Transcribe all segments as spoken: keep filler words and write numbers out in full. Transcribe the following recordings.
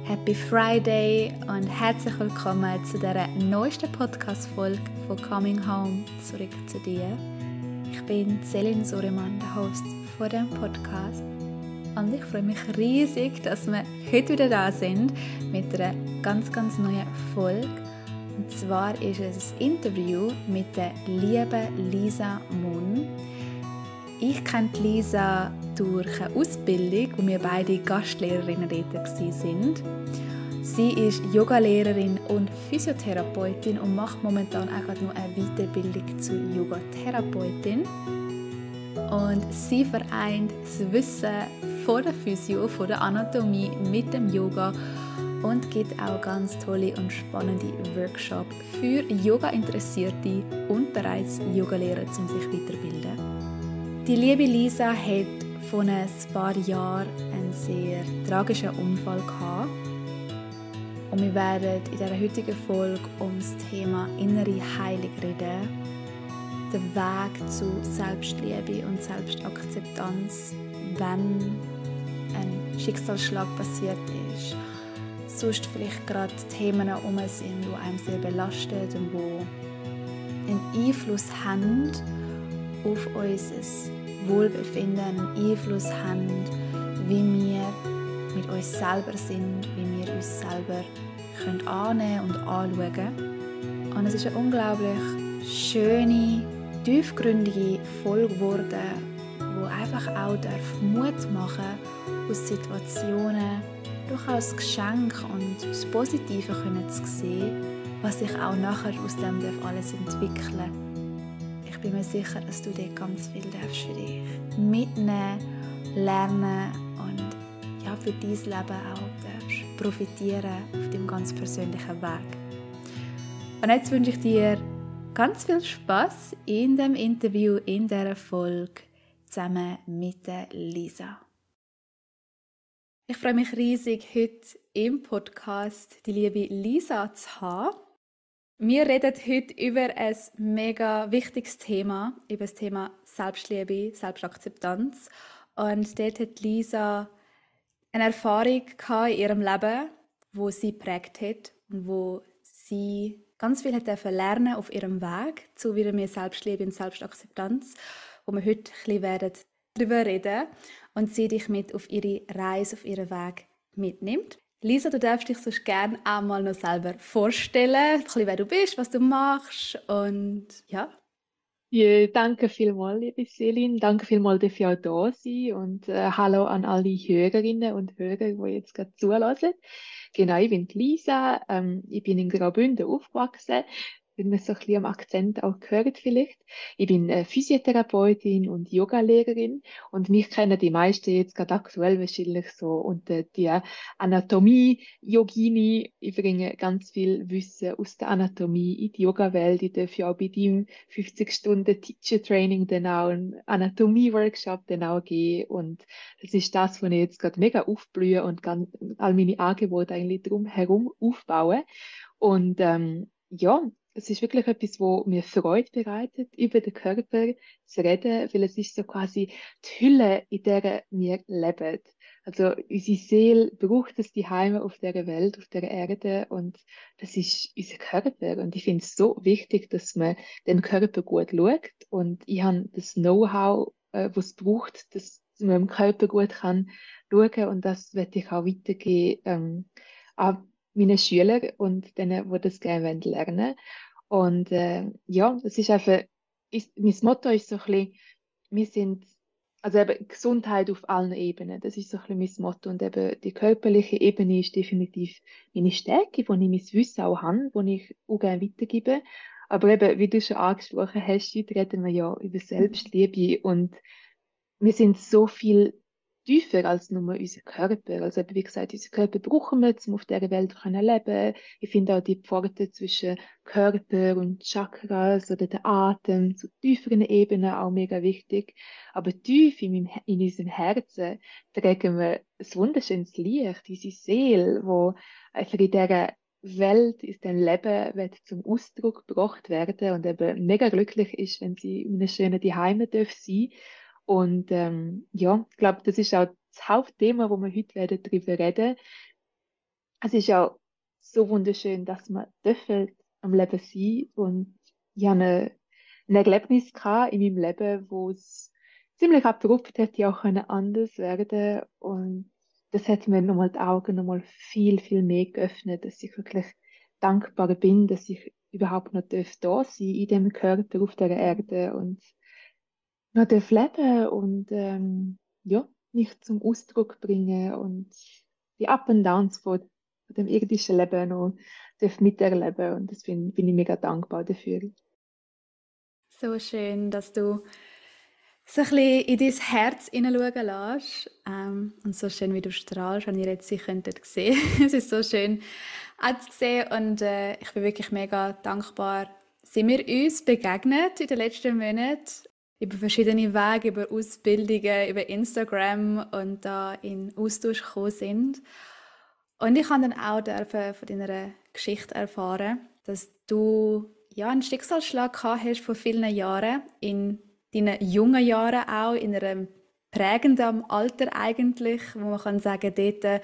Happy Friday und herzlich willkommen zu der neuesten Podcast-Folge von Coming Home, zurück zu dir. Ich bin Celine Soreman, der Host von diesem Podcast, und ich freue mich riesig, dass wir heute wieder da sind mit einer ganz, ganz neuen Folge. Und zwar ist es ein Interview mit der lieben Lisa Munn. Ich kenne Lisa durch eine Ausbildung, wo wir beide Gastlehrerinnen dort waren. Sie ist Yogalehrerin und Physiotherapeutin und macht momentan auch noch eine Weiterbildung zur Yogatherapeutin. Und sie vereint das Wissen von der Physio, von der Anatomie mit dem Yoga und gibt auch ganz tolle und spannende Workshops für Yoga-Interessierte und bereits Yogalehrer, um sich weiterzubilden. Die liebe Lisa hat vor ein paar Jahren einen sehr tragischen Unfall gehabt. Und wir werden in dieser heutigen Folge um das Thema innere Heilung reden. Der Weg zu Selbstliebe und Selbstakzeptanz, wenn ein Schicksalsschlag passiert ist. Sonst vielleicht gerade Themen herum sind, die einem sehr belasten und die einen Einfluss haben auf unser Wohlbefinden, einen Einfluss haben, wie wir mit uns selber sind, wie wir uns selber können annehmen und anschauen. Und es ist eine unglaublich schöne, tiefgründige Folge geworden, die einfach auch Mut machen darf, aus Situationen durchaus das Geschenk und das Positive können zu sehen, was sich auch nachher aus dem alles entwickeln darf. Ich bin mir sicher, dass du dir ganz viel darfst für dich mitnehmen, lernen und ja, für dein Leben auch darfst profitieren auf deinem ganz persönlichen Weg. Und jetzt wünsche ich dir ganz viel Spaß in dem Interview, in dieser Folge zusammen mit der Lisa. Ich freue mich riesig, heute im Podcast die liebe Lisa zu haben. Wir reden heute über ein mega wichtiges Thema, über das Thema Selbstliebe, Selbstakzeptanz. Und dort hat Lisa eine Erfahrung in ihrem Leben, wo sie geprägt hat und wo sie ganz viel hat lernen auf ihrem Weg zu wieder mehr Selbstliebe und Selbstakzeptanz, wo wir heute ein bisschen werden darüber reden und sie dich mit auf ihre Reise, auf ihren Weg mitnimmt. Lisa, du darfst dich sonst gerne auch mal noch selber vorstellen, ein bisschen, wer du bist, was du machst und ja. Ja, danke vielmals, liebe Celine. Danke vielmals, dass ihr auch da seid und äh, hallo an alle Hörerinnen und Hörer, die jetzt gerade zuhören. Genau, ich bin die Lisa, ähm, ich bin in Graubünden aufgewachsen, wie man so ein bisschen am Akzent auch gehört vielleicht. Ich bin äh, Physiotherapeutin und Yogalehrerin und mich kennen die meisten jetzt gerade aktuell wahrscheinlich so unter die Anatomie-Yogini. Ich bringe ganz viel Wissen aus der Anatomie in die Yoga-Welt. Ich darf ja auch bei deinem fünfzig Stunden Teacher-Training dann auch einen Anatomie-Workshop dann auch geben und das ist das, was ich jetzt gerade mega aufblühe und ganz, all meine Angebote eigentlich drum herum aufbaue. Und ähm, ja, es ist wirklich etwas, wo mir Freude bereitet, über den Körper zu reden, weil es ist so quasi die Hülle, in der wir leben. Also unsere Seele braucht es die Heime auf der Welt, auf der Erde und das ist unser Körper. Und ich finde es so wichtig, dass man den Körper gut schaut und ich habe das Know-how, äh, was es braucht, dass man dem Körper gut kann schauen und das werde ich auch weitergeben ähm, an meine Schüler und denen, die das gerne lernen wollen. Und äh, ja, es ist einfach, ist, mein Motto ist so ein bisschen, wir sind, also eben Gesundheit auf allen Ebenen, das ist so ein bisschen mein Motto. Und eben die körperliche Ebene ist definitiv meine Stärke, wo ich mein Wissen auch habe, wo ich auch gerne weitergebe. Aber eben, wie du schon angesprochen hast, heute reden wir ja über Selbstliebe und wir sind so viel tiefer als nur unser Körper. Also eben, wie gesagt, unser Körper brauchen wir, um auf dieser Welt zu leben. Ich finde auch die Pforte zwischen Körper und Chakras oder der Atem zu tieferen Ebenen auch mega wichtig. Aber tief in, meinem, in unserem Herzen tragen wir ein wunderschönes Licht, unsere Seele, wo einfach in dieser Welt ist ein Leben wird zum Ausdruck gebracht werden und eben mega glücklich ist, wenn sie in einem schönen Zuhause darf sein. Und ähm, ja, ich glaube, das ist auch das Hauptthema, wo wir heute werden darüber reden. es ist auch so wunderschön, dass wir dürfen am Leben sein. Und ich habe eine, ein Erlebnis gehabt in meinem Leben, wo es ziemlich abrupt hätte auch können anders werden. Und das hat mir nochmal die Augen nochmal viel, viel mehr geöffnet, dass ich wirklich dankbar bin, dass ich überhaupt noch darf da sein in dem Körper auf der Erde und noch darf leben und ähm, ja, mich zum Ausdruck bringen und die Up and Downs von, von dem irdischen Leben noch darf miterleben und das bin, bin ich mega dankbar dafür. So schön, dass du so ein bisschen in dein Herz hineinschauen lässt. Ähm, und so schön, wie du strahlst, wenn ihr jetzt sie könntet sehen. Es ist so schön anzusehen und äh, ich bin wirklich mega dankbar, sind wir uns begegnet in den letzten Monaten über verschiedene Wege, über Ausbildungen, über Instagram und da in Austausch gekommen sind. Und ich habe dann auch dürfen von deiner Geschichte erfahren, dass du ja einen Schicksalsschlag gehabt hast vor vielen Jahren, in deinen jungen Jahren auch, in einem prägenden Alter eigentlich, wo man kann sagen, dort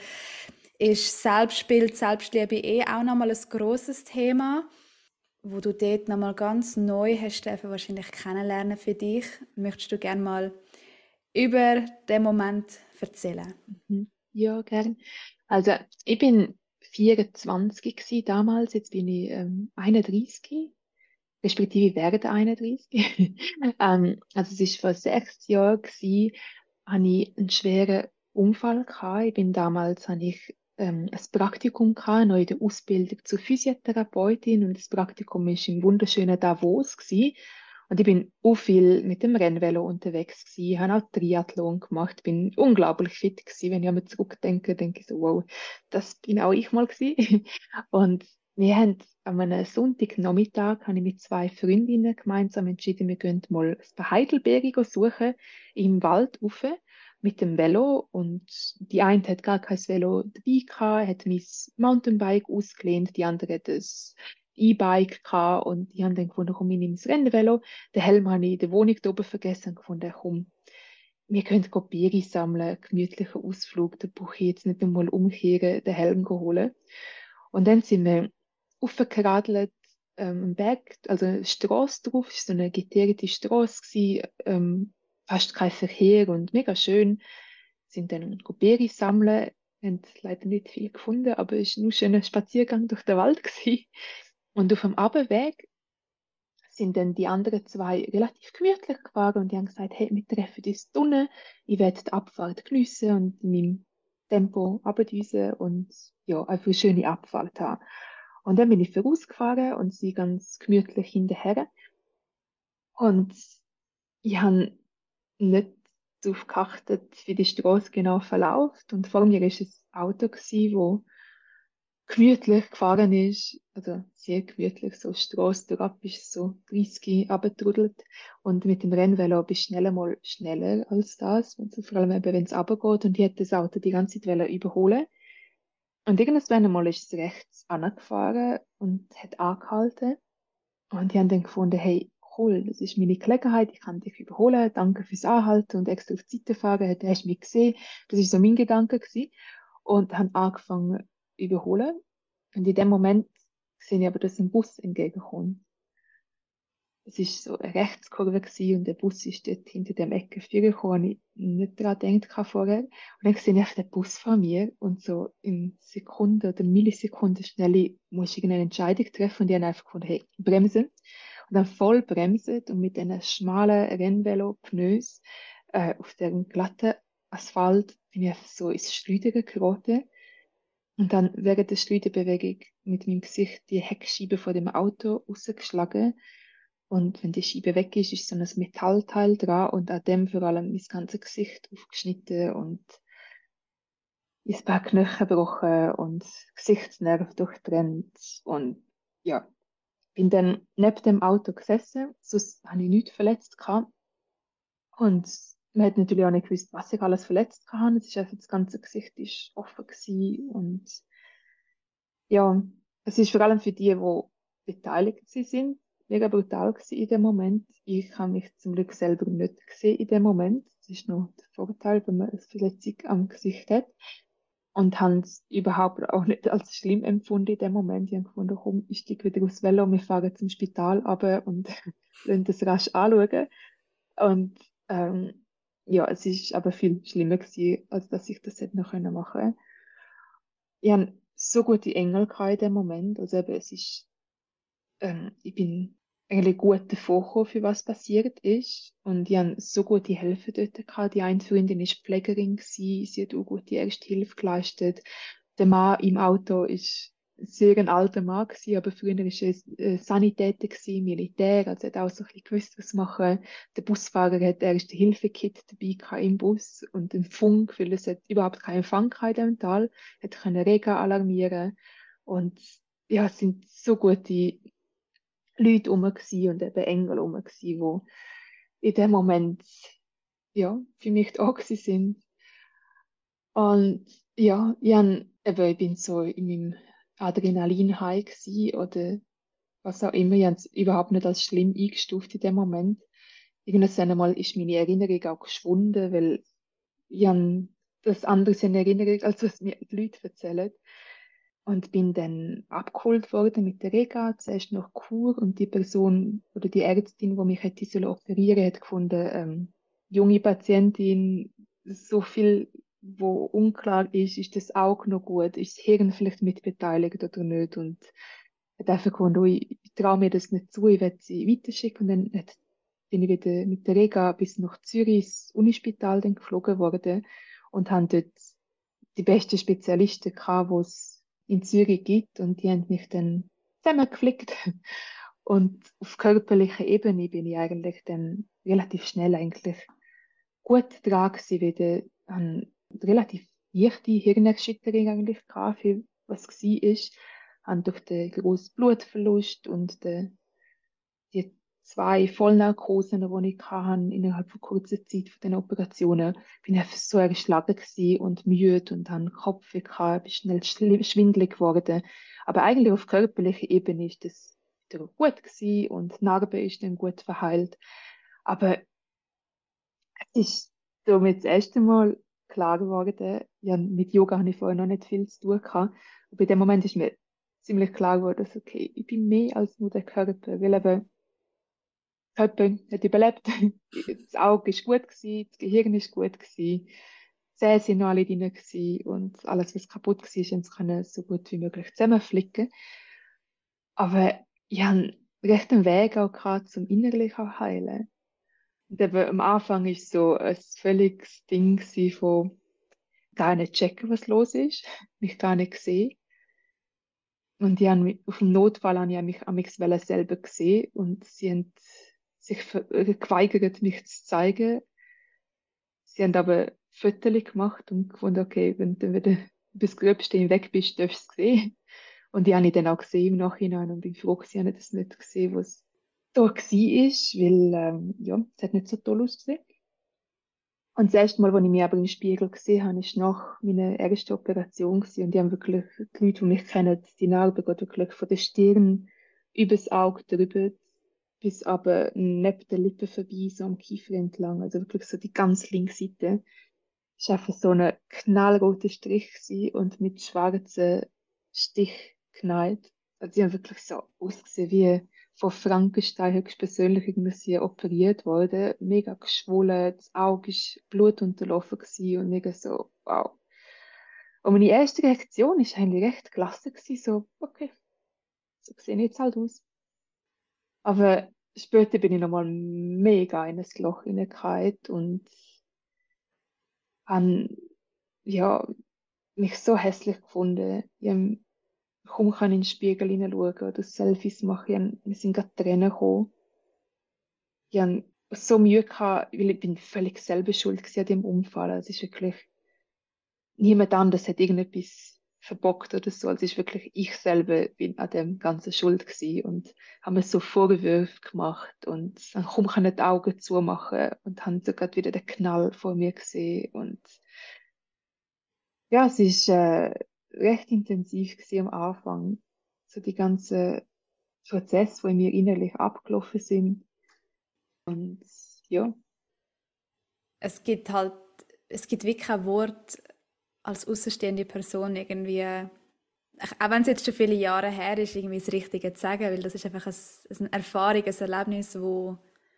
ist Selbstbild, Selbstliebe eh auch nochmal ein grosses Thema, wo du dort nochmal ganz neu hast dürfen wahrscheinlich kennenlernen für dich. Möchtest du gerne mal über den Moment erzählen? Mhm. Ja, gern. Also ich bin vierundzwanzig gsi damals, jetzt bin ich ähm, einunddreißig, respektive werde einunddreißig. ähm, also es ist vor sechs Jahren gsi, hatte ich einen schweren Unfall gehabt. Ich bin damals, habe ich ähm, ein Praktikum gehabt, noch in der Ausbildung zur Physiotherapeutin und das Praktikum ist im wunderschönen Davos gsi. Und ich bin auch viel mit dem Rennvelo unterwegs gsi, habe auch Triathlon gemacht, bin unglaublich fit gsi. Wenn ich an mich zurückdenke, denke ich so, wow, das bin auch ich mal gsi. Und wir haben an einem Sonntagnachmittag habe ich mit zwei Freundinnen gemeinsam entschieden, wir gehen mal ein paar Heidelbeere suchen im Wald rauf mit dem Velo. Und die eine hat gar kein Velo dabei gehabt, hat mein Mountainbike ausgelehnt, die andere hat ein E-Bike gehabt und die haben dann gefunden, komm, ich nehme das Rennvelo. Den Helm habe ich in der Wohnung da oben vergessen und gefunden, komm, wir können Beere sammeln, gemütlicher Ausflug, da brauche ich jetzt nicht einmal umkehren, den Helm holen. Und dann sind wir aufgeradelt, ähm, am Berg, also eine Strasse drauf, es war so eine geteerte Strasse, gewesen, ähm, fast kein Verkehr und mega schön. Sind dann Beere sammeln, haben leider nicht viel gefunden, aber es war nur ein schöner Spaziergang durch den Wald gewesen. Und auf dem Abendweg sind dann die anderen zwei relativ gemütlich gefahren und die haben gesagt, hey, wir treffen uns unten, ich werde die Abfahrt geniessen und in meinem Tempo runterdüsen und ja, einfach eine schöne Abfahrt haben. Und dann bin ich vorausgefahren und sie ganz gemütlich hinterher. Und ich habe nicht darauf geachtet, wie die Straße genau verläuft. Und vor mir war ein Auto, das gemütlich gefahren ist, also sehr gemütlich, so Strasse durchab ist so dreißig runtergetrudelt und mit dem Rennvelo bist du schnell mal schneller als das, also vor allem eben, wenn es runtergeht und ich hätte das Auto die ganze Zeit wollen überholen und irgendwann einmal ist es rechts angefahren und hat angehalten und die haben dann gefunden, hey, cool, das ist meine Gelegenheit, ich kann dich überholen, danke fürs Anhalten und extra auf die Seite fahren, hast du mich gesehen, das ist so mein Gedanke gewesen und haben angefangen zu überholen. Und in dem Moment sehe ich aber, dass ein Bus entgegenkommt. Es ist so eine Rechtskurve gewesen und der Bus ist dort hinter dem Ecke vorgekommen, ich nicht daran gedacht vorher. Und dann sehe ich einfach den Bus vor mir und so in Sekunden oder Millisekunden schnell muss ich irgendeine Entscheidung treffen und die haben einfach gefunden, hey, bremsen. Und dann voll bremsen und mit diesen schmalen Rennvelo-Pneus äh, auf dem glatten Asphalt bin ich einfach so ins Schleudern geraten. Und dann während der Schleuderbewegung mit meinem Gesicht die Heckscheibe von dem Auto rausgeschlagen. Und wenn die Scheibe weg ist, ist so ein Metallteil dran und an dem vor allem mein ganzes Gesicht aufgeschnitten und ein paar Knochen gebrochen und Gesichtsnerv durchtrennt. Und ja, bin dann neben dem Auto gesessen, sonst habe ich nichts verletzt gehabt. Und man hat natürlich auch nicht gewusst, was ich alles verletzt hatte. Es ist einfach, das ganze Gesicht ist offen gewesen und ja, es ist vor allem für die, die beteiligt sie sind, mega brutal gewesen in dem Moment. Ich habe mich zum Glück selber nicht gesehen in dem Moment. Das ist noch der Vorteil, wenn man eine Verletzung am Gesicht hat. und haben es überhaupt auch nicht als schlimm empfunden in dem Moment. Die haben gefunden, komm, ich steige wieder aufs Velo, wir fahren zum Spital runter und lassen das rasch anschauen. Und ähm, ja, es ist aber viel schlimmer gewesen, als dass ich das hätte noch können machen. Ich hatte so gute Engel gehabt in dem Moment. Also eben, es ist, ähm, ich bin eigentlich gut davor gekommen, für was passiert ist. Und ich hatte so gute Hilfe dort gehabt. Die eine Freundin war Pflegerin gewesen, sie hat auch gute Erste Hilfe geleistet. Der Mann im Auto ist sehr ein alter Mann gewesen, aber früher war er äh, Sanitäter gewesen, Militär, also hat auch so ein bisschen gewusst, was machen. Der Busfahrer hat Erste Hilfe-Kit dabei gehabt im Bus und einen Funk, weil es hat überhaupt keinen Empfang gehabt in dem Tal, hat können Regen alarmieren und ja, es sind so gute Leute rum gewesen und eben Engel rum gewesen, wo in dem Moment ja, für mich da gewesen sind. Und ja, ich, hab, eben, ich bin so in meinem Adrenalin-High gewesen oder was auch immer. Ich habe es überhaupt nicht als schlimm eingestuft in dem Moment. Irgendwann einmal ist meine Erinnerung auch geschwunden, weil ich habe das anderes in Erinnerung, als was mir die Leute erzählen. Und bin dann abgeholt worden mit der Rega, zuerst nach Chur und die Person oder die Ärztin, die mich hätte sollen operieren, hat gefunden, ähm, junge Patientin, so viel, wo unklar ist, ist das Auge noch gut, ist das Hirn vielleicht mitbeteiligt oder nicht und hat einfach gefunden, ui, ich traue mir das nicht zu, ich werde sie weiterschicken und dann hat, bin ich wieder mit der Rega bis nach Zürich ins Unispital dann geflogen worden und haben dort die besten Spezialisten gehabt, die es in Zürich gibt und die haben mich dann zusammengeflickt. Und auf körperlicher Ebene bin ich eigentlich dann relativ schnell eigentlich gut dran gewesen, wieder an relativ leichte Hirnerschütterung eigentlich gehabt, für was gsi ist, haben durch den grossen Blutverlust und den, die zwei Vollnarkosen, die ich hatte, innerhalb von kurzer Zeit von den Operationen, bin ich einfach so erschlagen gewesen und müde und habe Kopfweh gehabt, bin schnell schli- schwindelig geworden. Aber eigentlich auf körperlicher Ebene ist das wieder gut gewesen und die Narbe ist dann gut verheilt. Aber es ist so mir das erste Mal klar geworden, ja, mit Yoga habe ich vorher noch nicht viel zu tun gehabt. Aber in dem Moment ist mir ziemlich klar geworden, dass, okay, ich bin mehr als nur der Körper, weil eben Körper hat überlebt, das Auge ist gut gewesen, das Gehirn ist gut gewesen, die Zähne sind noch alle drin gewesen und alles, was kaputt war, haben sie können so gut wie möglich zusammenflicken. Aber ich habe recht einen Weg auch gehabt, zum innerlich auch heilen. Und eben am Anfang ist so ein völliges Ding gewesen von gar nicht checken, was los ist, mich gar nicht sehen. Und die haben mich, auf dem Notfall habe ich mich, mich selber gesehen und sie haben sich ver- äh, geweigert, mich zu zeigen. Sie haben aber Fotos gemacht und gefunden, okay, wenn du wieder bis Gröbste hinweg bist, darfst du es sehen. Und die habe ich dann auch gesehen im Nachhinein und bin froh, dass ich das nicht gesehen, was da war, weil ähm, ja, es hat nicht so toll ausgesehen. Und das erste Mal, als ich mich aber im Spiegel gesehen habe, war nach meiner ersten Operation gewesen. Und die haben wirklich, die Leute, die mich kennen, die Narbe geht wirklich von der Stirn übers Auge drüber bis aber neben der Lippe vorbei, so am Kiefer entlang. Also wirklich so die ganz linke Seite. Es war einfach so ein knallroter Strich gewesen und mit schwarzen Stich genäht. Also sie haben wirklich so ausgesehen wie von Frankenstein höchstpersönlich irgendwie operiert worden. Mega geschwollen, das Auge ist blutunterlaufen gewesen und mega so, wow. Und meine erste Reaktion war eigentlich recht gelassen gewesen, so, okay, so sehe ich jetzt halt aus. Aber später bin ich nochmal mega in das Loch hineingefallen und habe, ja, mich so hässlich gefunden. Ich hab, kaum kann in den Spiegel hineinschauen oder Selfies machen. Ich hab, mir sind gerade Tränen gekommen. Ich habe so Mühe gehabt, weil ich bin völlig selber schuld gewesen an dem Unfall. Es ist wirklich, niemand anderes hat irgendetwas verbockt oder so. Also es ist wirklich, ich selber bin an dem Ganzen schuld gewesen und habe mir so Vorwürfe gemacht und dann kaum kann ich die Augen zumachen und habe sogar wieder den Knall vor mir gesehen und ja, es ist äh, recht intensiv gewesen am Anfang. So die ganzen Prozesse, die in mir innerlich abgelaufen sind. Und ja, Es gibt halt, es gibt wirklich kein Wort, als außenstehende Person irgendwie, auch wenn es jetzt schon viele Jahre her ist, irgendwie das Richtige zu sagen, weil das ist einfach ein, eine Erfahrung, ein Erlebnis, wo,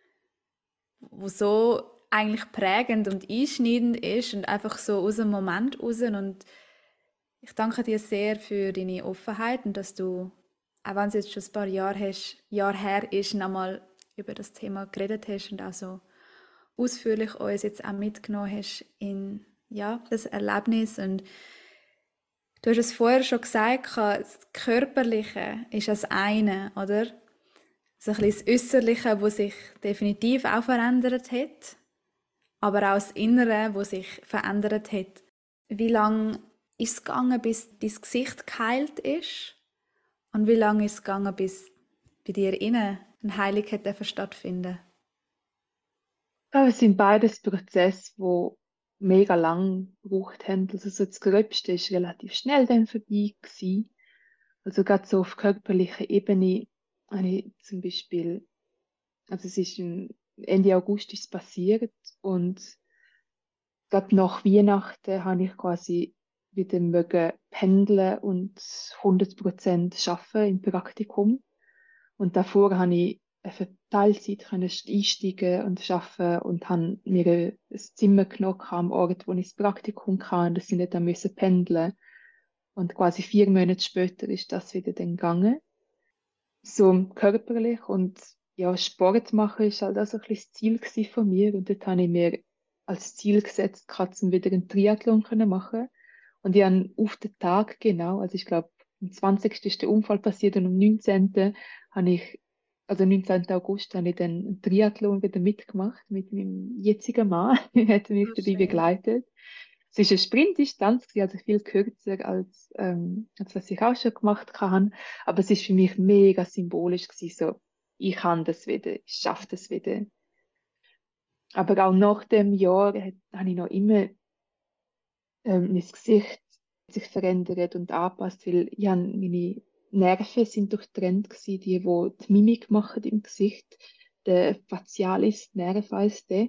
wo so eigentlich prägend und einschneidend ist und einfach so aus dem Moment raus. Und ich danke dir sehr für deine Offenheit und dass du, auch wenn es jetzt schon ein paar Jahre, hast, Jahre her ist, nochmal über das Thema geredet hast und auch so ausführlich uns jetzt auch mitgenommen hast in ja, das Erlebnis. Und du hast es vorher schon gesagt, das Körperliche ist das eine, oder? So ein bisschen das Äußerliche, das sich definitiv auch verändert hat, aber auch das Innere, das sich verändert hat. Wie lange ist es gegangen, bis dein Gesicht geheilt ist? Und wie lange ist es gegangen, bis bei dir innen eine Heilung hat stattfinden? Ja, es sind beides Prozesse, die mega lang gebraucht haben. Also so das Gröbste ist relativ schnell dann vorbei gewesen. Also gerade so auf körperlicher Ebene habe ich zum Beispiel, also es ist im Ende August ist es passiert und gerade nach Weihnachten habe ich quasi wieder mögen pendeln und hundert Prozent arbeiten im Praktikum. Und davor habe ich für Teilzeit können einsteigen und arbeiten und habe mir ein ein Zimmer genommen am Ort, wo ich das Praktikum kann, dass ich nicht dann müssen pendeln. Und quasi vier Monate später ist das wieder dann gegangen. So körperlich und ja, Sport machen ist halt auch so ein bisschen das Ziel gewesen von mir. Und dort habe ich mir als Ziel gesetzt, gehabt, um wieder einen Triathlon können machen. Und ich habe auf den Tag genau, also ich glaube, am zwanzigsten ist der Unfall passiert und am neunzehnten habe ich, also neunzehnten August, habe ich dann einen Triathlon wieder mitgemacht mit meinem jetzigen Mann. Er hat mich So dabei schön. begleitet. Es ist eine Sprintdistanz, gewesen, also viel kürzer als, ähm, als was ich auch schon gemacht habe. Aber es ist für mich mega symbolisch gewesen, so, ich kann das wieder, ich schaffe das wieder. Aber auch nach dem Jahr hat, habe ich noch immer ähm, mein Gesicht sich verändert und angepasst, weil ich habe, meine Nerven sind durchtrennt gewesen, die, wo die Mimik machen im Gesicht. Der Facialis-Nerv heisst der,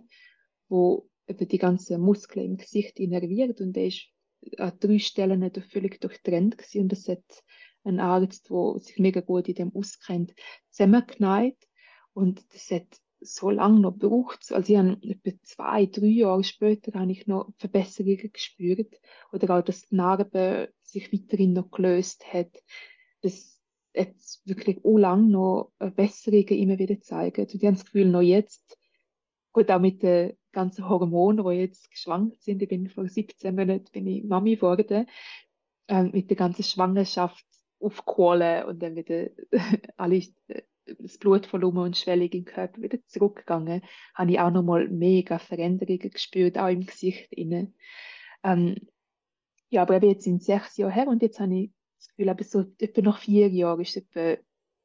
wo eben die ganzen Muskeln im Gesicht innerviert und der ist an drei Stellen nicht völlig durchtrennt gewesen und das hat ein Arzt, der sich mega gut in dem auskennt, zusammengeknallt und das hat so lange noch gebraucht. Also ich habe etwa zwei, drei Jahre später habe ich noch Verbesserungen gespürt oder auch, dass die Narbe sich weiterhin noch gelöst hat. Das jetzt wirklich auch lange noch Besserungen immer wieder zeigen. Und ich habe das Gefühl, noch jetzt, gut, auch mit den ganzen Hormonen, die jetzt geschwankt sind. Ich bin vor siebzehn Monaten bin ich Mami geworden, ähm, mit der ganzen Schwangerschaft aufgeholt und dann wieder alle, äh, das Blutvolumen und Schwellung im Körper wieder zurückgegangen, habe ich auch nochmal mega Veränderungen gespürt, auch im Gesicht innen. Ähm, ja, aber eben jetzt sind sechs Jahre her und jetzt habe ich das Gefühl, aber so etwa nach vier Jahren ist es etwa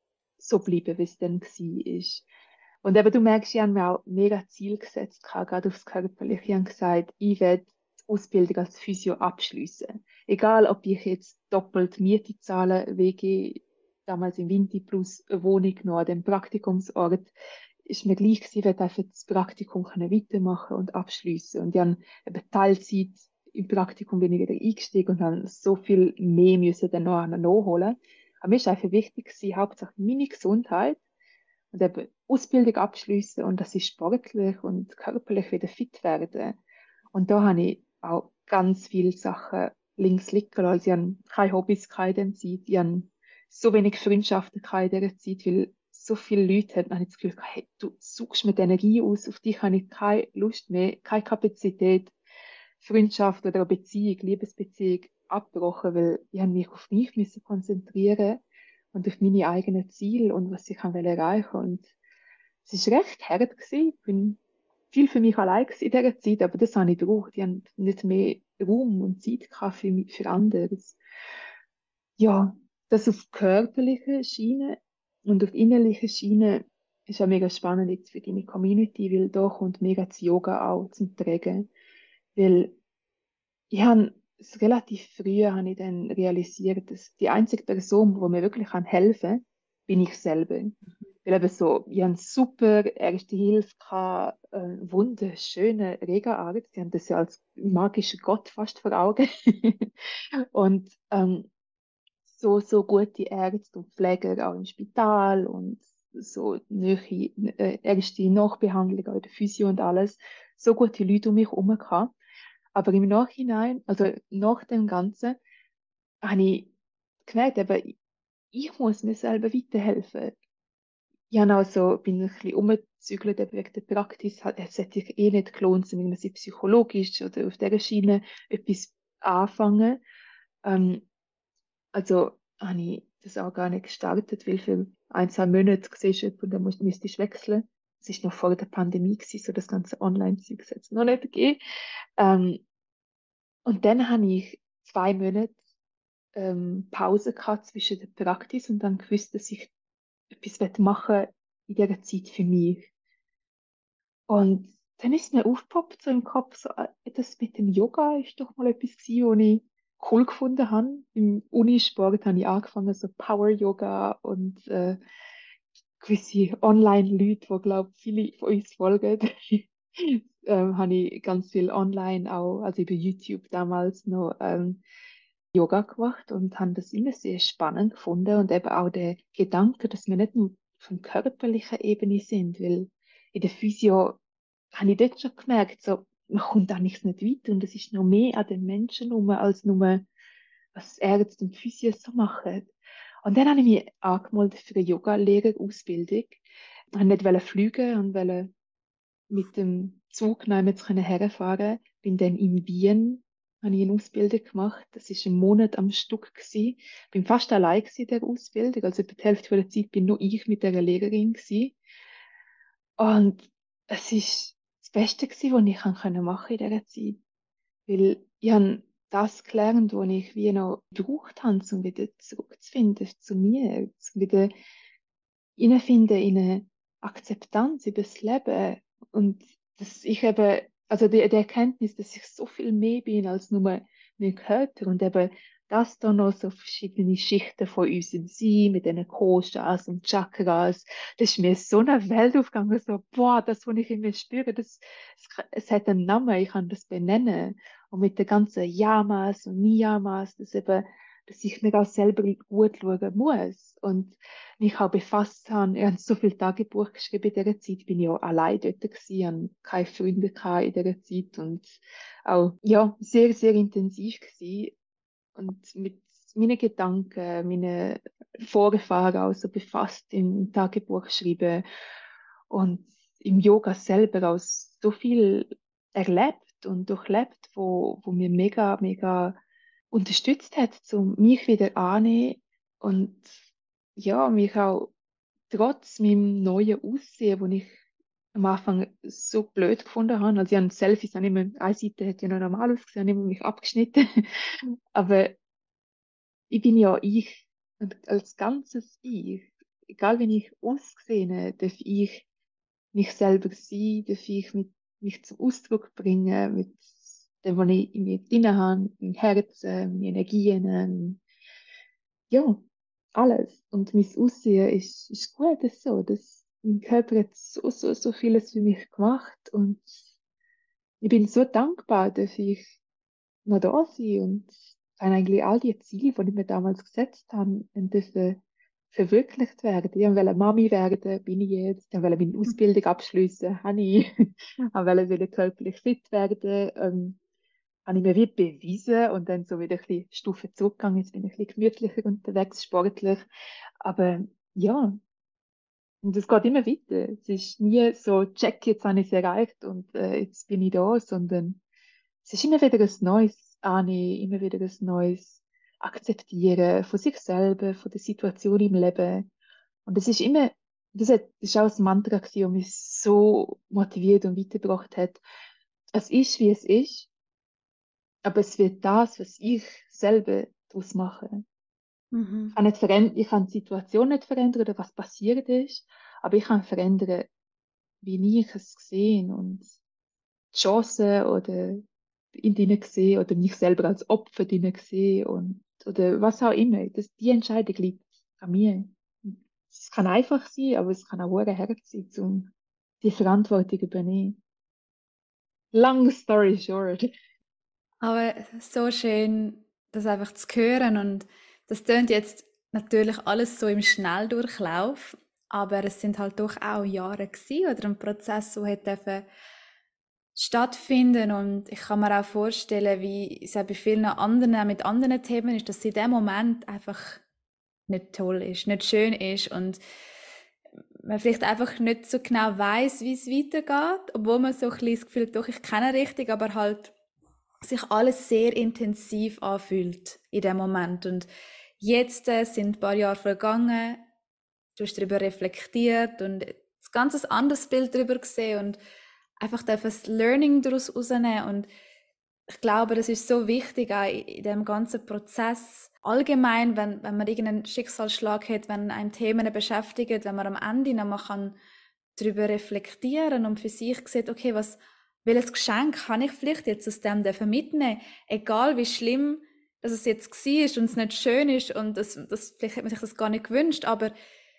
so geblieben, wie es dann war. Und eben, du merkst, ich habe mir auch mega Ziel gesetzt, gehabt, gerade aufs Körperliche. Ich habe gesagt, ich werde die Ausbildung als Physio abschließen. Egal, ob ich jetzt doppelt Miete zahle, W G, damals im Vinti plus eine Wohnung noch an dem Praktikumsort, ist mir gleich gewesen, ich werde einfach das Praktikum können weitermachen und abschließen. Und ich habe eben Teilzeit im Praktikum bin ich wieder eingestiegen und habe so viel mehr müssen dann noch nachholen. Aber mir ist einfach wichtig gewesen, Hauptsache meine Gesundheit und eben Ausbildung abschließen und dass ich sportlich und körperlich wieder fit werde. Und da habe ich auch ganz viele Sachen links liegen lassen. Also ich habe keine Hobbys in dieser Zeit. Ich habe so wenig Freundschaften in dieser Zeit, weil so viele Leute haben, habe ich das Gefühl, hey, du suchst mir die Energie aus, auf dich habe ich keine Lust mehr, keine Kapazität, Freundschaft oder eine Beziehung, Liebesbeziehung abgebrochen, weil ich habe mich auf mich müssen konzentrieren und auf meine eigenen Ziele und was ich kann erreichen und es war recht hart gewesen. Ich bin viel für mich allein gewesen in dieser Zeit, aber das habe ich gebraucht. Ich habe nicht mehr Raum und Zeit gehabt für, mich- für anderes. Ja, das auf körperlicher Schiene und auf innerlicher Schiene ist auch mega spannend jetzt für deine Community, weil da kommt mega das Yoga auch zum Tragen. Weil ich habe es relativ früh habe ich dann realisiert, dass die einzige Person, die mir wirklich helfen kann, bin ich selber. Weil eben so, ich habe super Erste Hilfe gehabt, äh, wunderschöne Reha-Arzt. Die haben das ja als magischen Gott fast vor Augen. Und ähm, so, so gute Ärzte und Pfleger auch im Spital und so neue, äh, erste Nachbehandlung auch in der Physio und alles. So gute Leute um mich herum gehabt. Aber im Nachhinein, also nach dem Ganzen, habe ich gemerkt, eben, ich muss mir selber weiterhelfen. Ich habe also, bin ein bisschen umgezügelt eben wegen der Praxis. Es hätte sich eh nicht gelohnt, so irgendwie psychologisch oder auf dieser Schiene etwas anfangen. Ähm, also habe ich das auch gar nicht gestartet, weil für ein, zwei Monate siehst du jemanden und dann musst, müsstest du wechseln. Das war noch vor der Pandemie, gewesen, so das ganze Online-Zeug hat es noch nicht gegeben. Ähm, und dann habe ich zwei Monate ähm, Pause gehabt zwischen der Praxis und dann gewusst, dass ich etwas machen will in dieser Zeit für mich. Und dann ist mir aufgepoppt so im Kopf, so, äh, das mit dem Yoga ist doch mal etwas gewesen, was ich cool gefunden habe. Im Unisport habe ich angefangen, so Power-Yoga und äh, gewisse Online-Leute, die, glaube ich, viele von uns folgen, ähm, habe ich ganz viel online auch, also über YouTube damals noch ähm, Yoga gemacht und habe das immer sehr spannend gefunden und eben auch der Gedanke, dass wir nicht nur von körperlicher Ebene sind, weil in der Physio habe ich dort schon gemerkt, so, man kommt eigentlich nicht weiter und es ist noch mehr an den Menschen herum, als nur, was Ärzte und Physio so machen. Und dann habe ich mich angemeldet für eine Yoga-Lehrerausbildung. Ich wollte nicht fliegen und wollte mit dem Zug noch einmal zu herfahren. Bin dann in Wien, habe ich eine Ausbildung gemacht. Das war ein Monat am Stück gewesen. Bin fast allein gewesen in der Ausbildung. Also über die Hälfte der Zeit bin nur ich mit der Lehrerin gewesen. Und es ist das Beste gewesen, was ich machen konnte in dieser Zeit. Weil ich habe das gelernt, was ich wie noch gebraucht habe, um wieder zurückzufinden zu mir, um wieder hineinfinden in eine Akzeptanz über das Leben. Und dass ich eben, also die, die Erkenntnis, dass ich so viel mehr bin als nur mein Körper und eben das da noch so verschiedene Schichten von uns im Sein, mit diesen Koshas und Chakras, das ist mir so eine Welt aufgegangen, so, boah, das, was ich in mir spüre, das, es, es hat einen Namen, ich kann das benennen. Und mit den ganzen Yamas und Niyamas, das eben, dass ich mir auch selber gut schauen muss. Und mich auch befasst habe. Ich habe so viele Tagebuch geschrieben in dieser Zeit. Bin ja allein dort gewesen, habe keine Freunde gehabt in dieser Zeit und auch, ja, sehr, sehr intensiv gewesen. Und mit meinen Gedanken, meinen Vorfahren auch so befasst im Tagebuch schreiben und im Yoga selber auch so viel erlebt und durchlebt, wo, wo mir mega, mega unterstützt hat, um mich wieder annehmen und ja, mich auch trotz meinem neuen Aussehen, wo ich am Anfang so blöd gefunden habe, also ich habe Selfies, habe immer, eine Seite hat ja noch normal ausgesehen, habe immer mich abgeschnitten, aber ich bin ja ich und als ganzes Ich, egal wie ich aussehe, darf ich mich selber sein, darf ich mit, mich zum Ausdruck bringen, mit dem, was ich in mir drin habe, im Herzen, meine Energien, ja, alles. Und mein Aussehen ist, ist gut ist so. Das, mein Körper hat so, so, so vieles für mich gemacht und ich bin so dankbar, dass ich noch da bin und kann eigentlich all die Ziele, die ich mir damals gesetzt habe, dürfen verwirklicht werden. Ich wollte Mami werden, bin ich jetzt. Ich wollte meine Ausbildung abschließen, habe ich. Ich wollte wieder körperlich fit werden. Ähm, habe ich mir wie bewiesen und dann so wieder ein bisschen Stufen zurückgegangen. Jetzt bin ich ein bisschen gemütlicher unterwegs, sportlich. Aber ja, und es geht immer weiter. Es ist nie so, check, jetzt habe ich es erreicht und äh, jetzt bin ich da, sondern es ist immer wieder ein neues Annehmen, immer wieder ein neues Akzeptieren von sich selber, von der Situation im Leben. Und es ist immer, das hat, das ist auch ein Mantra gewesen, das mich so motiviert und weitergebracht hat. Es ist, wie es ist, aber es wird das, was ich selber daraus mache. Ich Mhm. kann nicht verändern, ich kann die Situation nicht verändern oder was passiert ist, aber ich kann verändern, wie ich es gesehen und die Chancen oder in denen sehe oder mich selber als Opfer denen sehe und oder was auch immer. Das, die Entscheidung liegt an mir. es kann einfach sein, aber es kann auch sehr hart sein, um die Verantwortung zu übernehmen. Long story short. Aber so schön, das einfach zu hören. Und das tönt jetzt natürlich alles so im Schnelldurchlauf, aber es sind halt doch auch Jahre gewesen, oder ein Prozess, der hat dürfen stattfinden. Und ich kann mir auch vorstellen, wie es auch bei vielen anderen, auch mit anderen Themen ist, dass es in dem Moment einfach nicht toll ist, nicht schön ist und man vielleicht einfach nicht so genau weiß, wie es weitergeht, obwohl man so ein bisschen das Gefühl hat, doch, ich kenne richtig, aber halt sich alles sehr intensiv anfühlt in dem Moment. Und jetzt äh, sind ein paar Jahre vergangen, du hast darüber reflektiert und ein ganz anderes Bild darüber gesehen und einfach das Learning daraus rausnehmen. Und ich glaube, das ist so wichtig auch in dem ganzen Prozess. Allgemein, wenn, wenn man irgendeinen Schicksalsschlag hat, wenn einem Themen beschäftigt, wenn man am Ende noch mal kann darüber reflektieren und für sich sieht, okay, was, welches Geschenk kann ich vielleicht jetzt aus dem dürfen mitnehmen? Egal wie schlimm dass es jetzt war und es nicht schön ist und das, das, vielleicht hat man sich das gar nicht gewünscht, aber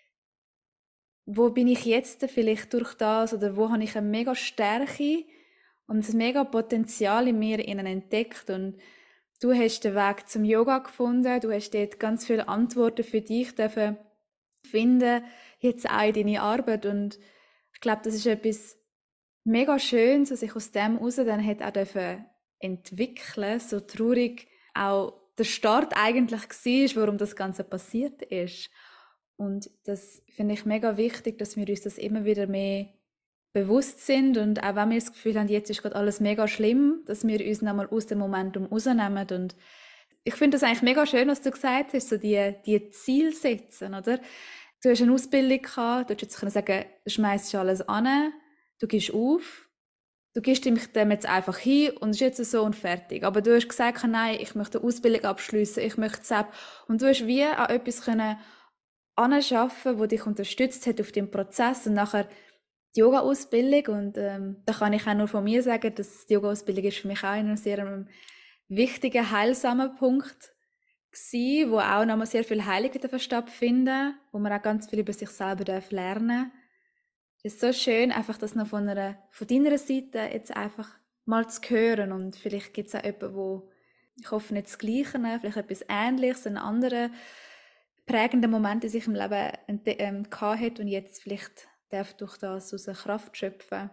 wo bin ich jetzt vielleicht durch das oder wo habe ich eine mega Stärke und ein mega Potenzial in mir innen entdeckt und du hast den Weg zum Yoga gefunden, du hast dort ganz viele Antworten für dich dürfen finden, jetzt auch in deine Arbeit und ich glaube, das ist etwas mega Schönes, was sich aus dem heraus dann hat auch dürfen entwickeln, so traurig auch der Start eigentlich war, warum das Ganze passiert ist. Und das finde ich mega wichtig, dass wir uns das immer wieder mehr bewusst sind und auch wenn wir das Gefühl haben, jetzt ist gerade alles mega schlimm, dass wir uns nochmal aus dem Momentum rausnehmen und ich finde das eigentlich mega schön, was du gesagt hast, so die, die Ziele setzen, oder? Du hast eine Ausbildung gehabt, du hättest jetzt sagen, du schmeißt alles an, du gehst auf, du gehst dem jetzt einfach hin und es ist jetzt so und fertig. Aber du hast gesagt, nein, ich möchte eine Ausbildung abschließen, ich möchte S A P. Und du hast wie an etwas können anschaffen, das dich unterstützt hat auf dem Prozess und nachher die Yoga-Ausbildung. Und ähm, da kann ich auch nur von mir sagen, dass die Yoga-Ausbildung ist für mich auch ein sehr wichtiger, heilsamer Punkt gsi, wo auch nochmal sehr viel Heilung stattfinden, wo man auch ganz viel über sich selber lernen darf. Es ist so schön, einfach das noch von, einer, von deiner Seite jetzt einfach mal zu hören und vielleicht gibt es auch jemanden, wo ich hoffe nicht das Gleiche, vielleicht etwas Ähnliches, einen anderen prägenden Moment in sich im Leben ähm, gehabt hat und jetzt vielleicht darf durch das aus der Kraft schöpfen.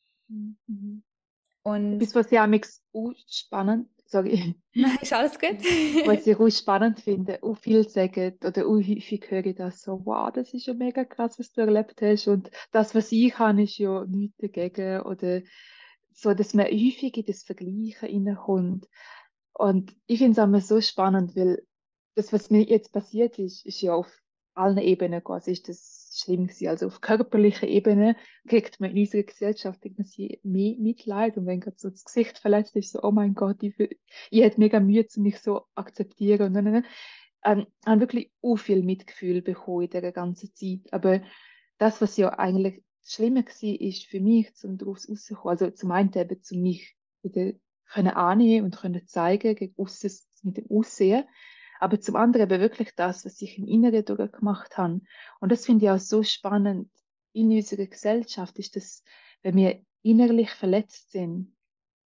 Mhm. Und Etwas, was ich auch spannend, sorry, nein, ist alles gut? was ich auch spannend finde, auch viel sagen oder auch häufig höre ich das so, wow, das ist ja mega krass, was du erlebt hast und das, was ich kann, ist ja nichts dagegen oder so, dass man häufig in das Vergleichen hineinkommt. Und ich finde es auch immer so spannend, weil das, was mir jetzt passiert ist, ist ja auf allen Ebenen quasi, ist das schlimm gewesen. Also auf körperlicher Ebene kriegt man in unserer Gesellschaft irgendwie mehr Mitleid und wenn gerade so das Gesicht verletzt ist, so, oh mein Gott, ich, will- ich hätte mega Mühe, um mich so akzeptieren und dann, dann, ähm, habe wirklich auch viel Mitgefühl bekommen in dieser ganzen Zeit. Aber das, was ja eigentlich schlimmer war, ist für mich, um daraus rauszukommen, also zum einen eben, um mich wieder können annehmen und können zeigen gegen aussen mit dem Aussehen, aber zum anderen eben wirklich das, was ich im Inneren durchgemacht habe. Und das finde ich auch so spannend in unserer Gesellschaft, ist, dass wenn wir innerlich verletzt sind,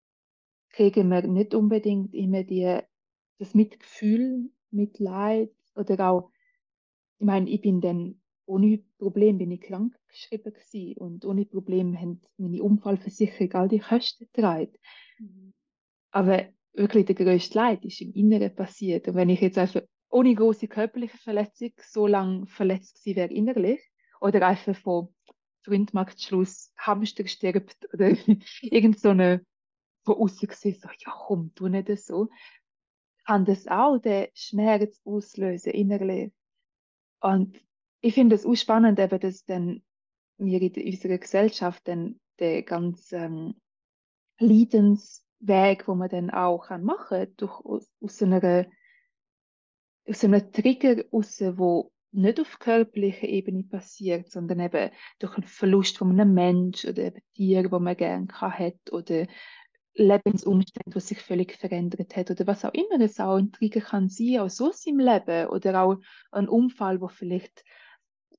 kriegen wir nicht unbedingt immer die, das Mitgefühl, Mitleid oder auch, ich meine, ich bin dann ohne Problem bin ich krank geschrieben gewesen und ohne Problem haben meine Unfallversicherung all die Kosten getragen. Mhm. Aber wirklich der grösste Leid ist im Inneren passiert. Und wenn ich jetzt einfach ohne große körperliche Verletzung so lange verletzt gewesen wäre innerlich oder einfach von Freund macht Schluss, Hamster stirbt oder irgend so eine von außen gesehen, so, ja komm, tu nicht so, kann das auch den Schmerz auslösen innerlich. Und ich finde es auch spannend, eben, dass dann wir in unserer Gesellschaft dann den ganz ähm, Leidensweg, wo man dann auch kann machen durch aus, aus einer aus einem Trigger raus, wo nicht auf körperlicher Ebene passiert, sondern eben durch einen Verlust von einem Menschen oder eben Tier, wo man gerne hat oder Lebensumstände, die sich völlig verändert hat oder was auch immer es auch ein Trigger kann sein, auch so im Leben oder auch ein Unfall, wo vielleicht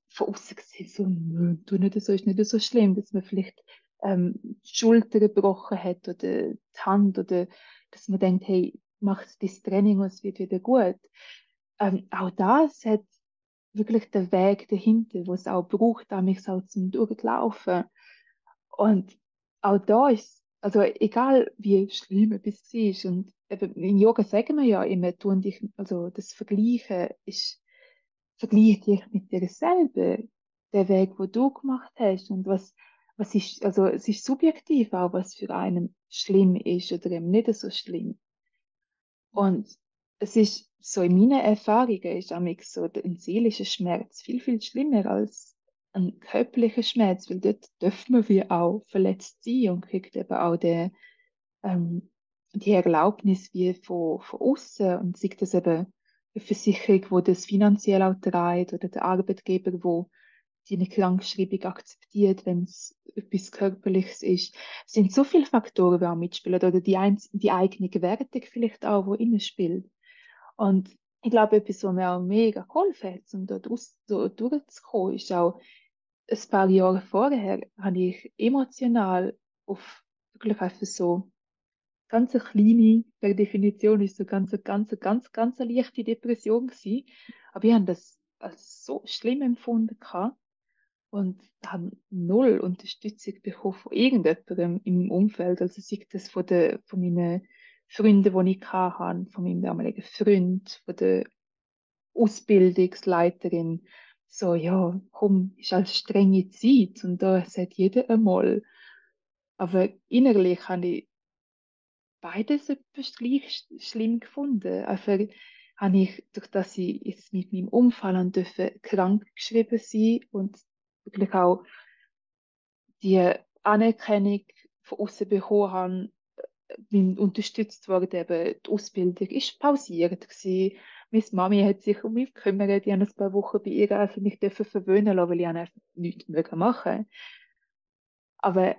von außen gesehen so, nö, du nicht so, ist nicht so schlimm, dass man vielleicht ähm, die Schulter gebrochen hat oder die Hand oder dass man denkt, hey, mach das Training und es wird wieder gut. Ähm, auch das hat wirklich den Weg dahinter, wo es auch braucht, damit auch zum Durchlaufen. Und auch da ist, also egal wie schlimm etwas ist, und eben in Yoga sagen wir ja immer, tun dich, also das Vergleichen ist, vergleich dich mit dir selber, der Weg, wo du gemacht hast und was, was ist, also es ist subjektiv auch, was für einen schlimm ist oder eben nicht so schlimm. Und es ist so in meinen Erfahrungen ist amig so der- ein seelischer Schmerz viel, viel schlimmer als ein körperlicher Schmerz, weil dort dürfen wir auch verletzt sein und kriegt eben auch der, ähm, die Erlaubnis wie von, von außen und sei das eben eine Versicherung, wo das finanziell auch trägt oder der Arbeitgeber, wo die eine Krankschreibung akzeptiert, wenn es etwas Körperliches ist. Es sind so viele Faktoren, die auch mitspielen oder die, eins, die eigene Wertung vielleicht auch, die innen spielt. Und ich glaube, etwas, was mir auch mega geholfen hat, um dort aus, so durchzukommen, ist auch, ein paar Jahre vorher habe ich emotional auf wirklich einfach so ganz eine kleine, per Definition ist so ganz, ganz, ganz, ganz eine leichte Depression gewesen. Aber ich habe das als so schlimm empfunden gehabt und habe null Unterstützung bekommen von irgendjemandem im Umfeld. Also sei das von, der, von meinen Freunden, die ich hatte, von meinem damaligen Freund, von der Ausbildungsleiterin. So, ja, komm, ist halt strenge Zeit und da sagt jeder einmal. Aber innerlich habe ich beides etwas gleich sch- schlimm gefunden. Einfach habe ich, durch dass ich jetzt mit meinem Unfall an dürfen krank geschrieben sein und wirklich auch die Anerkennung von außen bekommen habe, bin unterstützt worden, eben die Ausbildung ist pausiert gewesen. Meine Mami hat sich um mich gekümmert, die haben ein paar Wochen bei ihr also mich dürfen verwöhnen lassen, weil ich einfach nichts mehr machen. Aber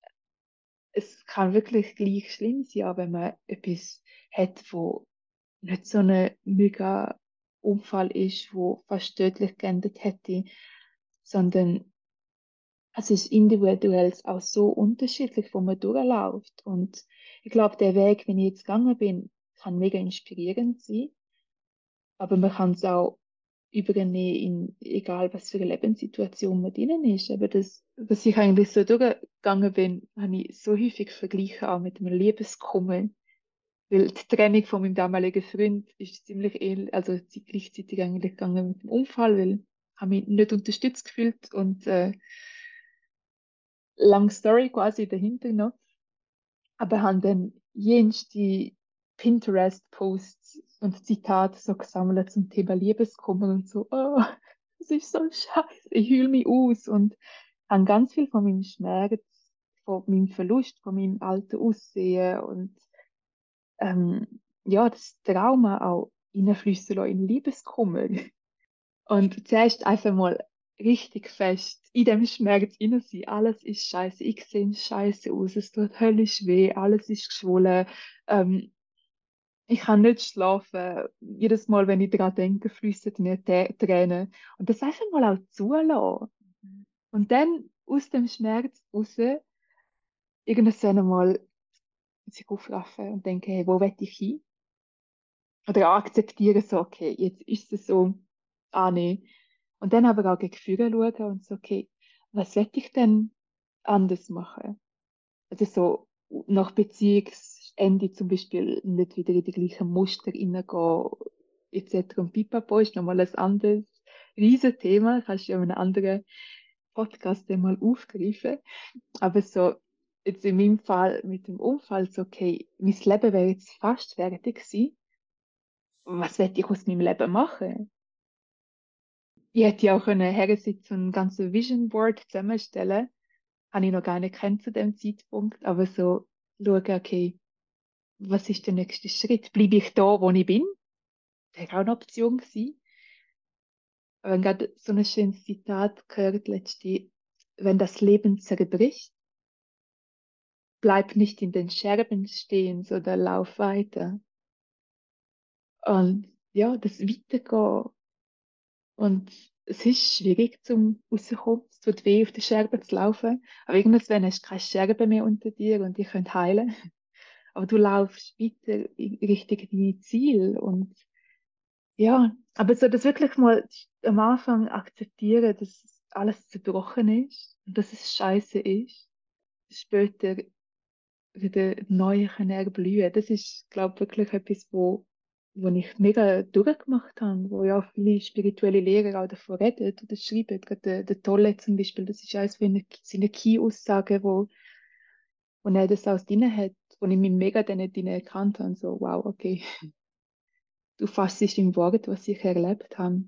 es kann wirklich gleich schlimm sein, auch wenn man etwas hat, wo nicht so ein mega Unfall ist, wo fast tödlich geendet hätte, sondern es ist individuell auch so unterschiedlich, wo man durchläuft. Und ich glaube, der Weg, den ich jetzt gegangen bin, kann mega inspirierend sein, aber man kann es auch übernehmen, in, egal was für eine Lebenssituation man drinnen ist. Aber das, was ich eigentlich so durchgegangen bin, habe ich so häufig verglichen auch mit einem Liebeskummer. Weil die Trennung von meinem damaligen Freund ist ziemlich ähnlich, also gleichzeitig eigentlich gegangen mit dem Unfall, weil ich habe mich nicht unterstützt gefühlt und äh, lange Story quasi dahinter noch. Aber haben dann jenste Pinterest-Posts und Zitate so gesammelt zum Thema Liebeskummer und so, oh, das ist so scheiße, ich heule mich aus und haben ganz viel von meinem Schmerz, von meinem Verlust, von meinem alten Aussehen und ähm, ja, das Trauma auch hineinfließen lassen in Liebeskummer. Und zuerst einfach mal richtig fest in dem Schmerz inne sein. Alles ist scheiße, ich sehe scheiße aus, es tut höllisch weh, alles ist geschwollen. Ähm, ich kann nicht schlafen. Jedes Mal, wenn ich daran denke, fließen mir Tä- Tränen. Und das einfach mal auch zulassen. Und dann aus dem Schmerz raus, irgendwann einmal sich aufraffen und denken, hey, wo will ich hin? Oder akzeptieren, so, okay, jetzt ist es so, annehmen. Und dann aber auch gegen Gefühle schauen und so, okay, was will ich denn anders machen? Also so nach Beziehungsende zum Beispiel nicht wieder in die gleichen Muster reingehen, et cetera. Und Pipapo ist nochmal ein anderes Riesenthema, kannst du ja in einem anderen Podcast dann mal aufgreifen. Aber so, jetzt in meinem Fall mit dem Unfall, so, okay, mein Leben wäre jetzt fast fertig gewesen. Was werde ich aus meinem Leben machen? Ich hätte ja auch können hersitzen und ein ganzes Vision Board zusammenstellen. Habe ich noch gar nicht kennt zu dem Zeitpunkt. Aber so schauen, okay, was ist der nächste Schritt? Bleibe ich da, wo ich bin? Das wäre auch eine Option gewesen. Aber wenn gerade so ein schönes Zitat gehört letztens, wenn das Leben zerbricht, bleib nicht in den Scherben stehen, sondern lauf weiter. Und ja, das Weitergehen und es ist schwierig zum rauszukommen. Es tut weh, auf die Scherben zu laufen. Aber irgendwann hast du keine Scherben mehr unter dir und die können heilen. Aber du laufst weiter in Richtung dein Ziel. Und ja, aber so das wirklich mal am Anfang akzeptieren, dass alles zerbrochen ist und dass es scheiße ist. Später wieder neu können erblühen. Das ist, glaube ich, wirklich etwas, wo, wo ich mega durchgemacht habe, wo ja auch viele spirituelle Lehrer auch davon reden oder schreiben. Gerade der, der Tolle zum Beispiel, das ist eines von seinen Key-Aussagen, wo, wo er das alles drin hat, wo ich mich mega dann drin erkannt habe. So, wow, okay, du fasst es im Wort, was ich erlebt habe.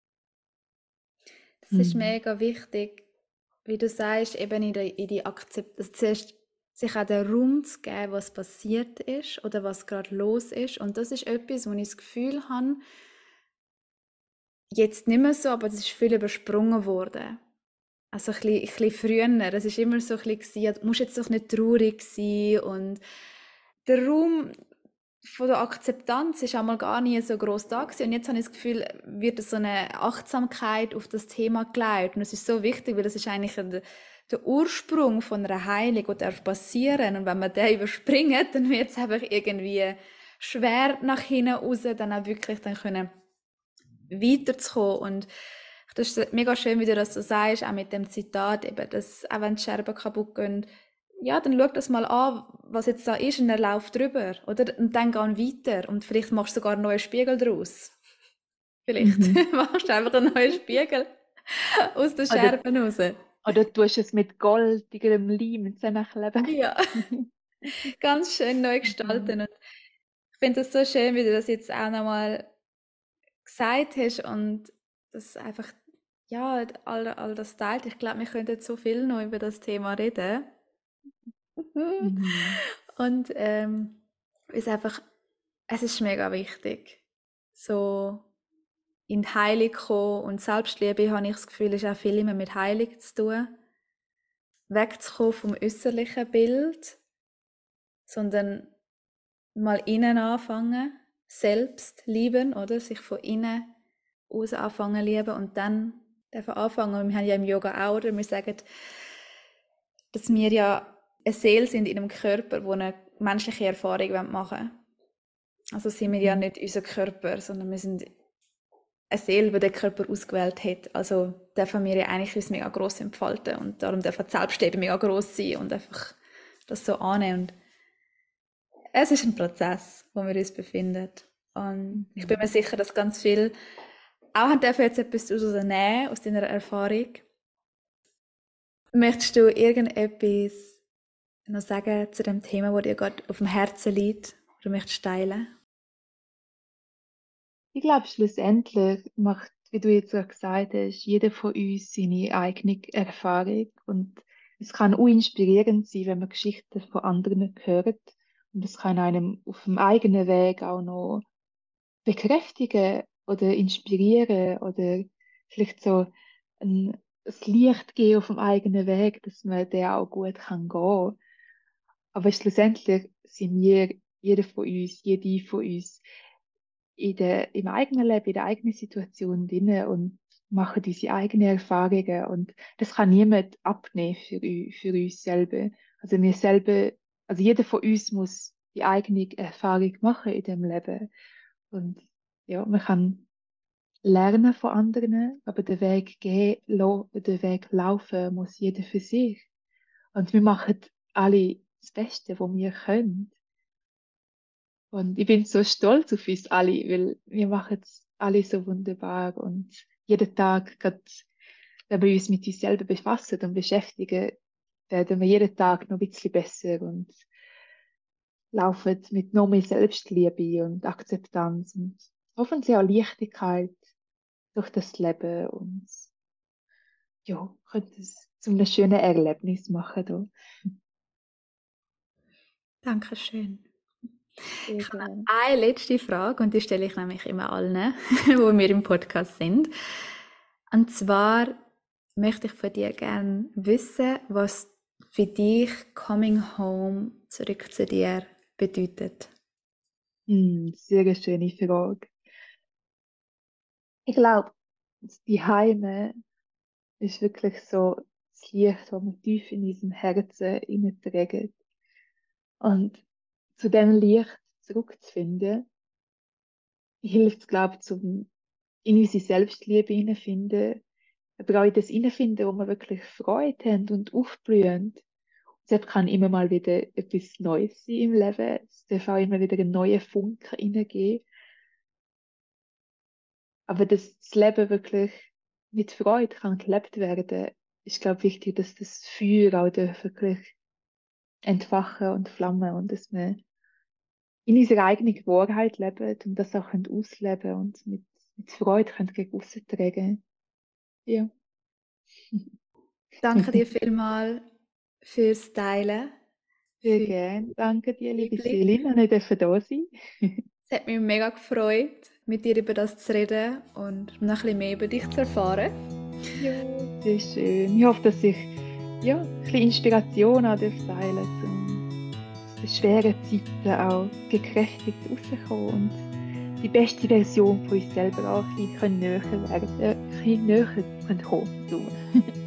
Das ist Hm. mega wichtig, wie du sagst, eben in die, in die Akzeptanz, zuerst sich auch den Raum zu geben, was passiert ist oder was gerade los ist. Und das ist etwas, wo ich das Gefühl habe, jetzt nicht mehr so, aber das ist viel übersprungen worden. Also ein bisschen, ein bisschen früher. Es ist immer so ein bisschen, ja, du musst jetzt doch nicht traurig sein. Und der Raum von der Akzeptanz ist einmal gar nie so groß da gewesen. Und jetzt habe ich das Gefühl, wird so eine Achtsamkeit auf das Thema gelegt. Und es ist so wichtig, weil das ist eigentlich der, der Ursprung von einer Heilung, die darf passieren. Und wenn man den überspringt, dann wird es einfach irgendwie schwer nach hinten raus, dann auch wirklich dann können weiterzukommen. Und das ist mega schön, wie du das so sagst, auch mit dem Zitat, eben, dass auch wenn die Scherben kaputt gehen, ja, dann schau das mal an, was jetzt da ist und er läuft drüber, oder? Und dann geh weiter und vielleicht machst du sogar einen neuen Spiegel daraus. Vielleicht Mhm. machst du einfach einen neuen Spiegel aus den Oder, Scherben raus. oder tust es mit goldigem Leim zusammenkleben. Ja, ganz schön neu Mhm. gestalten. Und ich finde das so schön, wie du das jetzt auch nochmal gesagt hast und das einfach, ja, all, all das teilt. Ich glaube, wir könnten so viel noch über das Thema reden. Mhm. Und ähm, ist einfach, es ist mega wichtig, so in die Heilung kommen. Und Selbstliebe, habe ich das Gefühl, ist auch viel immer mit Heilung zu tun. Wegzukommen vom äußerlichen Bild, sondern mal innen anfangen, selbst lieben, oder? Sich von innen aus anfangen lieben und dann dürfen anfangen. Und wir haben ja im Yoga auch, oder? Wir sagen, dass wir ja eine Seele sind in einem Körper, wo eine menschliche Erfahrung machen wollen. Also sind wir ja Mhm. nicht unser Körper, sondern wir sind eine Seele, die den Körper ausgewählt hat. Also dürfen wir ja eigentlich uns mega gross entfalten und darum darf die Selbstliebe mega gross sein und einfach das so annehmen. Und es ist ein Prozess, wo wir uns befinden. Und ich bin Mhm. mir sicher, dass ganz viel auch haben dürfen jetzt etwas daraus nehmen, aus deiner Erfahrung. Möchtest du irgendetwas noch sagen zu dem Thema, das dir gerade auf dem Herzen liegt? Oder möchtest du teilen? Ich glaube, schlussendlich macht, wie du jetzt auch gesagt hast, jeder von uns seine eigene Erfahrung. Und es kann auch inspirierend sein, wenn man Geschichten von anderen hört. Und es kann einem auf dem eigenen Weg auch noch bekräftigen oder inspirieren oder vielleicht so ein, das Licht geben auf dem eigenen Weg, dass man den auch gut kann gehen. Aber schlussendlich sind wir, jeder von uns, jede von uns, in der, im eigenen Leben, in der eigenen Situation drin und machen diese eigenen Erfahrungen. Und das kann niemand abnehmen für, ü- für uns selber. Also wir selber, also jeder von uns muss die eigene Erfahrung machen in dem Leben. Und ja, man kann lernen von anderen, aber den Weg gehen, lo- den Weg laufen muss jeder für sich. Und wir machen alle das Beste, was wir können. Und ich bin so stolz auf uns alle, weil wir machen es alle so wunderbar und jeden Tag, gerade wenn wir uns mit uns selber befassen und beschäftigen, werden wir jeden Tag noch ein bisschen besser und laufen mit noch mehr Selbstliebe und Akzeptanz und hoffentlich auch Leichtigkeit durch das Leben und ja, können es zu einem schönen Erlebnis machen da. Dankeschön. Sehr Ich habe gerne. eine letzte Frage und die stelle ich nämlich immer allen, wo wir im Podcast sind. Und zwar möchte ich von dir gerne wissen, was für dich Coming Home zurück zu dir bedeutet. Hm, sehr schöne Frage. Ich glaube, die Heime ist wirklich so das Licht, das wir tief in unserem Herzen hineintragen. Und zu diesem Licht zurückzufinden, hilft es, glaube ich, zum in unsere Selbstliebe hineinfinden, aber auch in das hineinfinden, wo wir wirklich Freude haben und aufblühen. Es kann immer mal wieder etwas Neues sein im Leben. Es darf auch immer wieder einen neuen Funken hineingehen. Aber dass das Leben wirklich mit Freude kann gelebt werden, ist, glaube ich, wichtig, dass das Feuer auch darf wirklich entfachen und flammen und dass wir in unserer eigenen Wahrheit leben und das auch können ausleben und mit, mit Freude können gegen aussen tragen. Ja. Danke dir vielmals fürs Teilen, Sehr für gerne. Danke dir, den liebe Einblick. Selina, ich durfte da sein. Es hat mich mega gefreut, mit dir über das zu reden und noch ein bisschen mehr über dich zu erfahren. Ja, sehr schön. Ich hoffe, dass ich ja, ein bisschen Inspiration auch teilen darf, um aus den schweren Zeiten auch gekräftigt rauszukommen und die beste Version von uns selber auch ein bisschen näher werden, äh, ein bisschen näher kommen zu.